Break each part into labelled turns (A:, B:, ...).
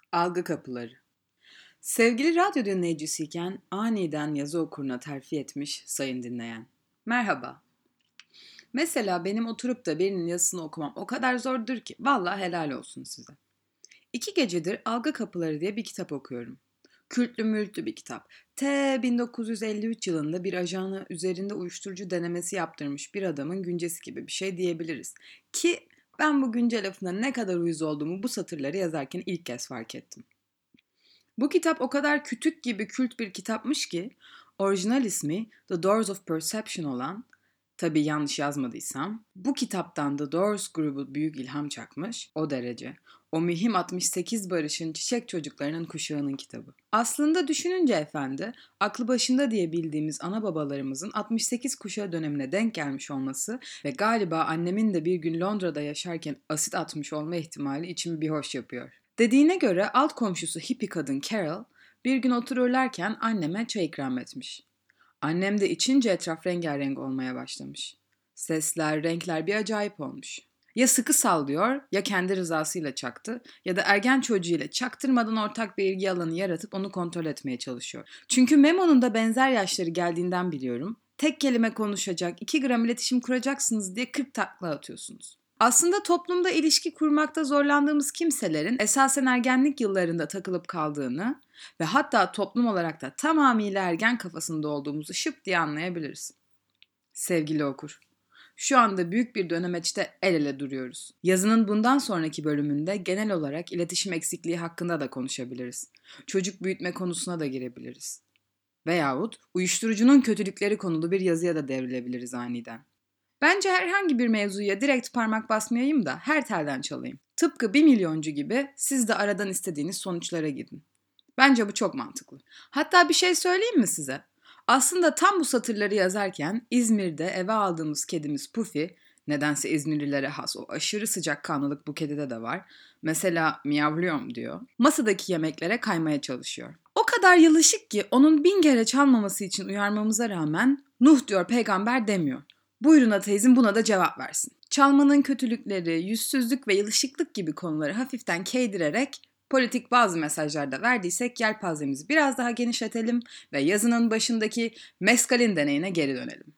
A: Algı kapıları. Sevgili radyo dinleyicisiyken aniden yazı okuruna terfi etmiş sayın dinleyen. Merhaba. Mesela benim oturup da birinin yazısını okumam o kadar zordur ki vallahi helal olsun size. 2 gecedir Algı Kapıları diye bir kitap okuyorum. Kültlü mültlü bir kitap. T 1953 yılında bir ajanı üzerinde uyuşturucu denemesi yaptırmış bir adamın güncesi gibi bir şey diyebiliriz. Ki ben bu günce lafına ne kadar uyuz olduğumu bu satırları yazarken ilk kez fark ettim. Bu kitap o kadar kütük gibi kült bir kitapmış ki orijinal ismi The Doors of Perception olan, tabii yanlış yazmadıysam, bu kitaptan The Doors grubu büyük ilham çakmış, o derece. O mühim 68 barışın çiçek çocuklarının kuşağının kitabı. Aslında düşününce efendi, aklı başında diye bildiğimiz ana babalarımızın 68 kuşağı dönemine denk gelmiş olması ve galiba annemin de bir gün Londra'da yaşarken asit atmış olma ihtimali içimi bir hoş yapıyor. Dediğine göre alt komşusu hippie kadın Carol bir gün otururlarken anneme çay ikram etmiş. Annem de içince etraf rengarenk olmaya başlamış. Sesler, renkler bir acayip olmuş. Ya sıkı sallıyor, ya kendi rızasıyla çaktı ya da ergen çocuğuyla çaktırmadan ortak bir ilgi alanı yaratıp onu kontrol etmeye çalışıyor. Çünkü Memo'nun da benzer yaşları geldiğinden biliyorum. Tek kelime konuşacak, 2 gram iletişim kuracaksınız diye 40 takla atıyorsunuz. Aslında toplumda ilişki kurmakta zorlandığımız kimselerin esasen ergenlik yıllarında takılıp kaldığını ve hatta toplum olarak da tamamıyla ergen kafasında olduğumuzu şıp diye anlayabiliriz. Sevgili okur, şu anda büyük bir dönemeçte el ele duruyoruz. Yazının bundan sonraki bölümünde genel olarak iletişim eksikliği hakkında da konuşabiliriz. Çocuk büyütme konusuna da girebiliriz. Veyahut uyuşturucunun kötülükleri konulu bir yazıya da devrilebiliriz aniden. Bence herhangi bir mevzuya direkt parmak basmayayım da her telden çalayım. Tıpkı 1 milyoncu gibi siz de aradan istediğiniz sonuçlara gidin. Bence bu çok mantıklı. Hatta bir şey söyleyeyim mi size? Aslında tam bu satırları yazarken İzmir'de eve aldığımız kedimiz Puffy, nedense İzmirlilere has o aşırı sıcakkanlılık bu kedide de var. Mesela miyavlıyorum diyor. Masadaki yemeklere kaymaya çalışıyor. O kadar yılışık ki onun 1000 kere çalmaması için uyarmamıza rağmen Nuh diyor peygamber demiyor. Buyurun ateizm buna da cevap versin. Çalmanın kötülükleri, yüzsüzlük ve yılışıklık gibi konuları hafiften keydirerek politik bazı mesajlarda verdiysek yelpazemizi biraz daha genişletelim ve yazının başındaki meskalin deneyine geri dönelim.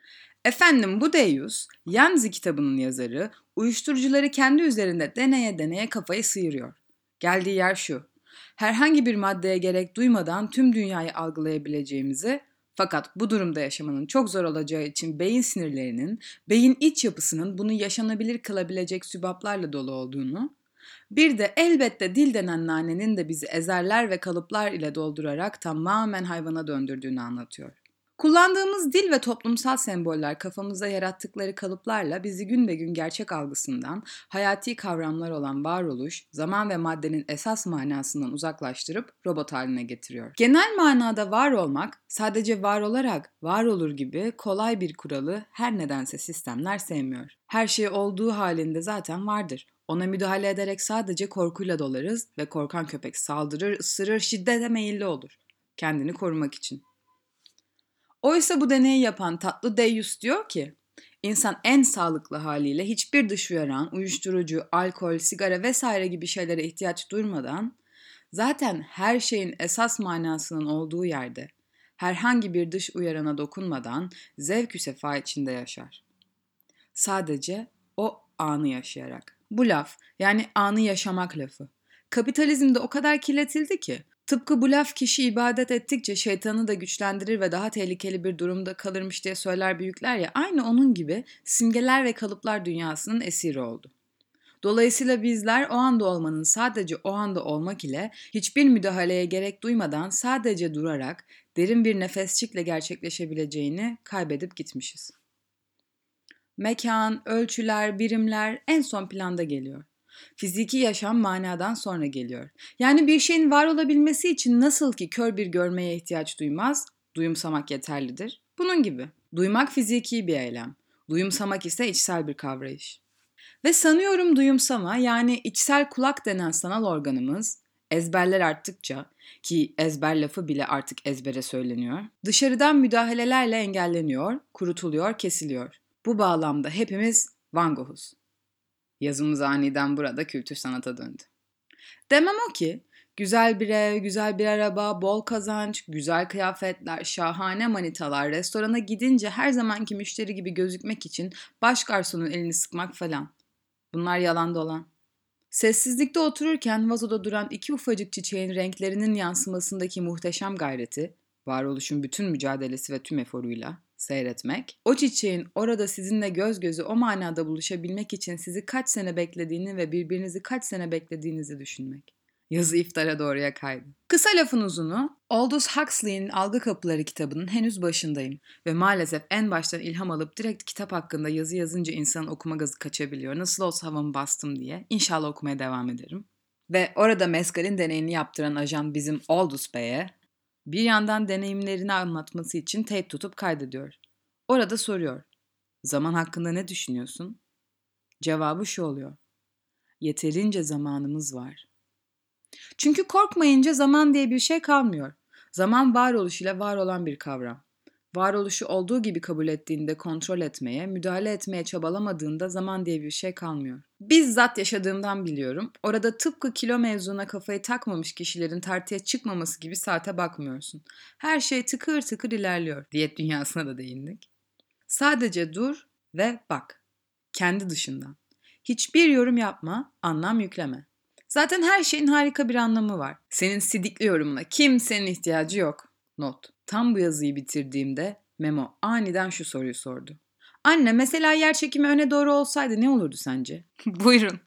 A: Efendim bu Deus, Yanzi kitabının yazarı, uyuşturucuları kendi üzerinde deneye deneye kafayı sıyırıyor. Geldiği yer şu, herhangi bir maddeye gerek duymadan tüm dünyayı algılayabileceğimizi, fakat bu durumda yaşamanın çok zor olacağı için beyin sinirlerinin, beyin iç yapısının bunu yaşanabilir kılabilecek sübaplarla dolu olduğunu, bir de elbette dil denen nanenin de bizi ezerler ve kalıplar ile doldurarak tamamen hayvana döndürdüğünü anlatıyor. Kullandığımız dil ve toplumsal semboller kafamızda yarattıkları kalıplarla bizi gün be gün gerçek algısından, hayati kavramlar olan varoluş, zaman ve maddenin esas manasından uzaklaştırıp robot haline getiriyor. Genel manada var olmak, sadece var olarak var olur gibi kolay bir kuralı her nedense sistemler sevmiyor. Her şey olduğu halinde zaten vardır. Ona müdahale ederek sadece korkuyla dolarız ve korkan köpek saldırır, ısırır, şiddete meyilli olur. Kendini korumak için. Oysa bu deneyi yapan tatlı Deus diyor ki, insan en sağlıklı haliyle hiçbir dış uyaran, uyuşturucu, alkol, sigara vesaire gibi şeylere ihtiyaç duymadan, zaten her şeyin esas manasının olduğu yerde, herhangi bir dış uyarana dokunmadan zevk-ü sefa içinde yaşar. Sadece o anı yaşayarak. Bu laf, yani anı yaşamak lafı, kapitalizmde o kadar kirletildi ki, tıpkı bu laf kişi ibadet ettikçe şeytanı da güçlendirir ve daha tehlikeli bir durumda kalırmış diye söyler büyükler ya, aynı onun gibi simgeler ve kalıplar dünyasının esiri oldu. Dolayısıyla bizler o anda olmanın sadece o anda olmak ile hiçbir müdahaleye gerek duymadan sadece durarak derin bir nefesçikle gerçekleşebileceğini kaybedip gitmişiz. Mekan, ölçüler, birimler en son planda geliyor. Fiziki yaşam manadan sonra geliyor. Yani bir şeyin var olabilmesi için nasıl ki kör bir görmeye ihtiyaç duymaz, duyumsamak yeterlidir. Bunun gibi. Duymak fiziki bir eylem. Duyumsamak ise içsel bir kavrayış. Ve sanıyorum duyumsama, yani içsel kulak denen sanal organımız, ezberler arttıkça, ki ezber lafı bile artık ezbere söyleniyor, dışarıdan müdahalelerle engelleniyor, kurutuluyor, kesiliyor. Bu bağlamda hepimiz Van Gogh'uz. Yazımız aniden burada kültür sanata döndü. Demem o ki, Güzel bir ev, güzel bir araba, bol kazanç, güzel kıyafetler, şahane manitalar, restorana gidince her zamanki müşteri gibi gözükmek için baş garsonun elini sıkmak falan. Bunlar yalan dolan. Sessizlikte otururken vazoda duran iki ufacık çiçeğin renklerinin yansımasındaki muhteşem gayreti, varoluşun bütün mücadelesi ve tüm eforuyla seyretmek, o çiçeğin orada sizinle göz göze o manada buluşabilmek için sizi kaç sene beklediğini ve birbirinizi kaç sene beklediğinizi düşünmek. Yazı iftara doğruya kaydı. Kısa lafın uzunu, Aldous Huxley'in Algı Kapıları kitabının henüz başındayım. Ve maalesef en baştan ilham alıp direkt kitap hakkında yazı yazınca insanın okuma gazı kaçabiliyor. Nasıl olsa havamı bastım diye. İnşallah okumaya devam ederim. Ve orada meskalin deneyini yaptıran ajan bizim Aldous Bey'e bir yandan deneyimlerini anlatması için teyp tutup kaydediyor. Orada soruyor. Zaman hakkında ne düşünüyorsun? Cevabı şu oluyor. Yeterince zamanımız var. Çünkü korkmayınca zaman diye bir şey kalmıyor. Zaman varoluşuyla var olan bir kavram. Varoluşu olduğu gibi kabul ettiğinde kontrol etmeye, müdahale etmeye çabalamadığında zaman diye bir şey kalmıyor. Bizzat yaşadığımdan biliyorum. Orada tıpkı kilo mevzuna kafayı takmamış kişilerin tartıya çıkmaması gibi saate bakmıyorsun. Her şey tıkır tıkır ilerliyor. Diyet dünyasına da değindik. Sadece dur ve bak. Kendi dışından. Hiçbir yorum yapma, anlam yükleme. Zaten her şeyin harika bir anlamı var. Senin sidikli yorumuna kimsenin ihtiyacı yok. Not. Tam bu yazıyı bitirdiğimde Memo aniden şu soruyu sordu. Anne, mesela yer çekimi öne doğru olsaydı ne olurdu sence? Buyurun.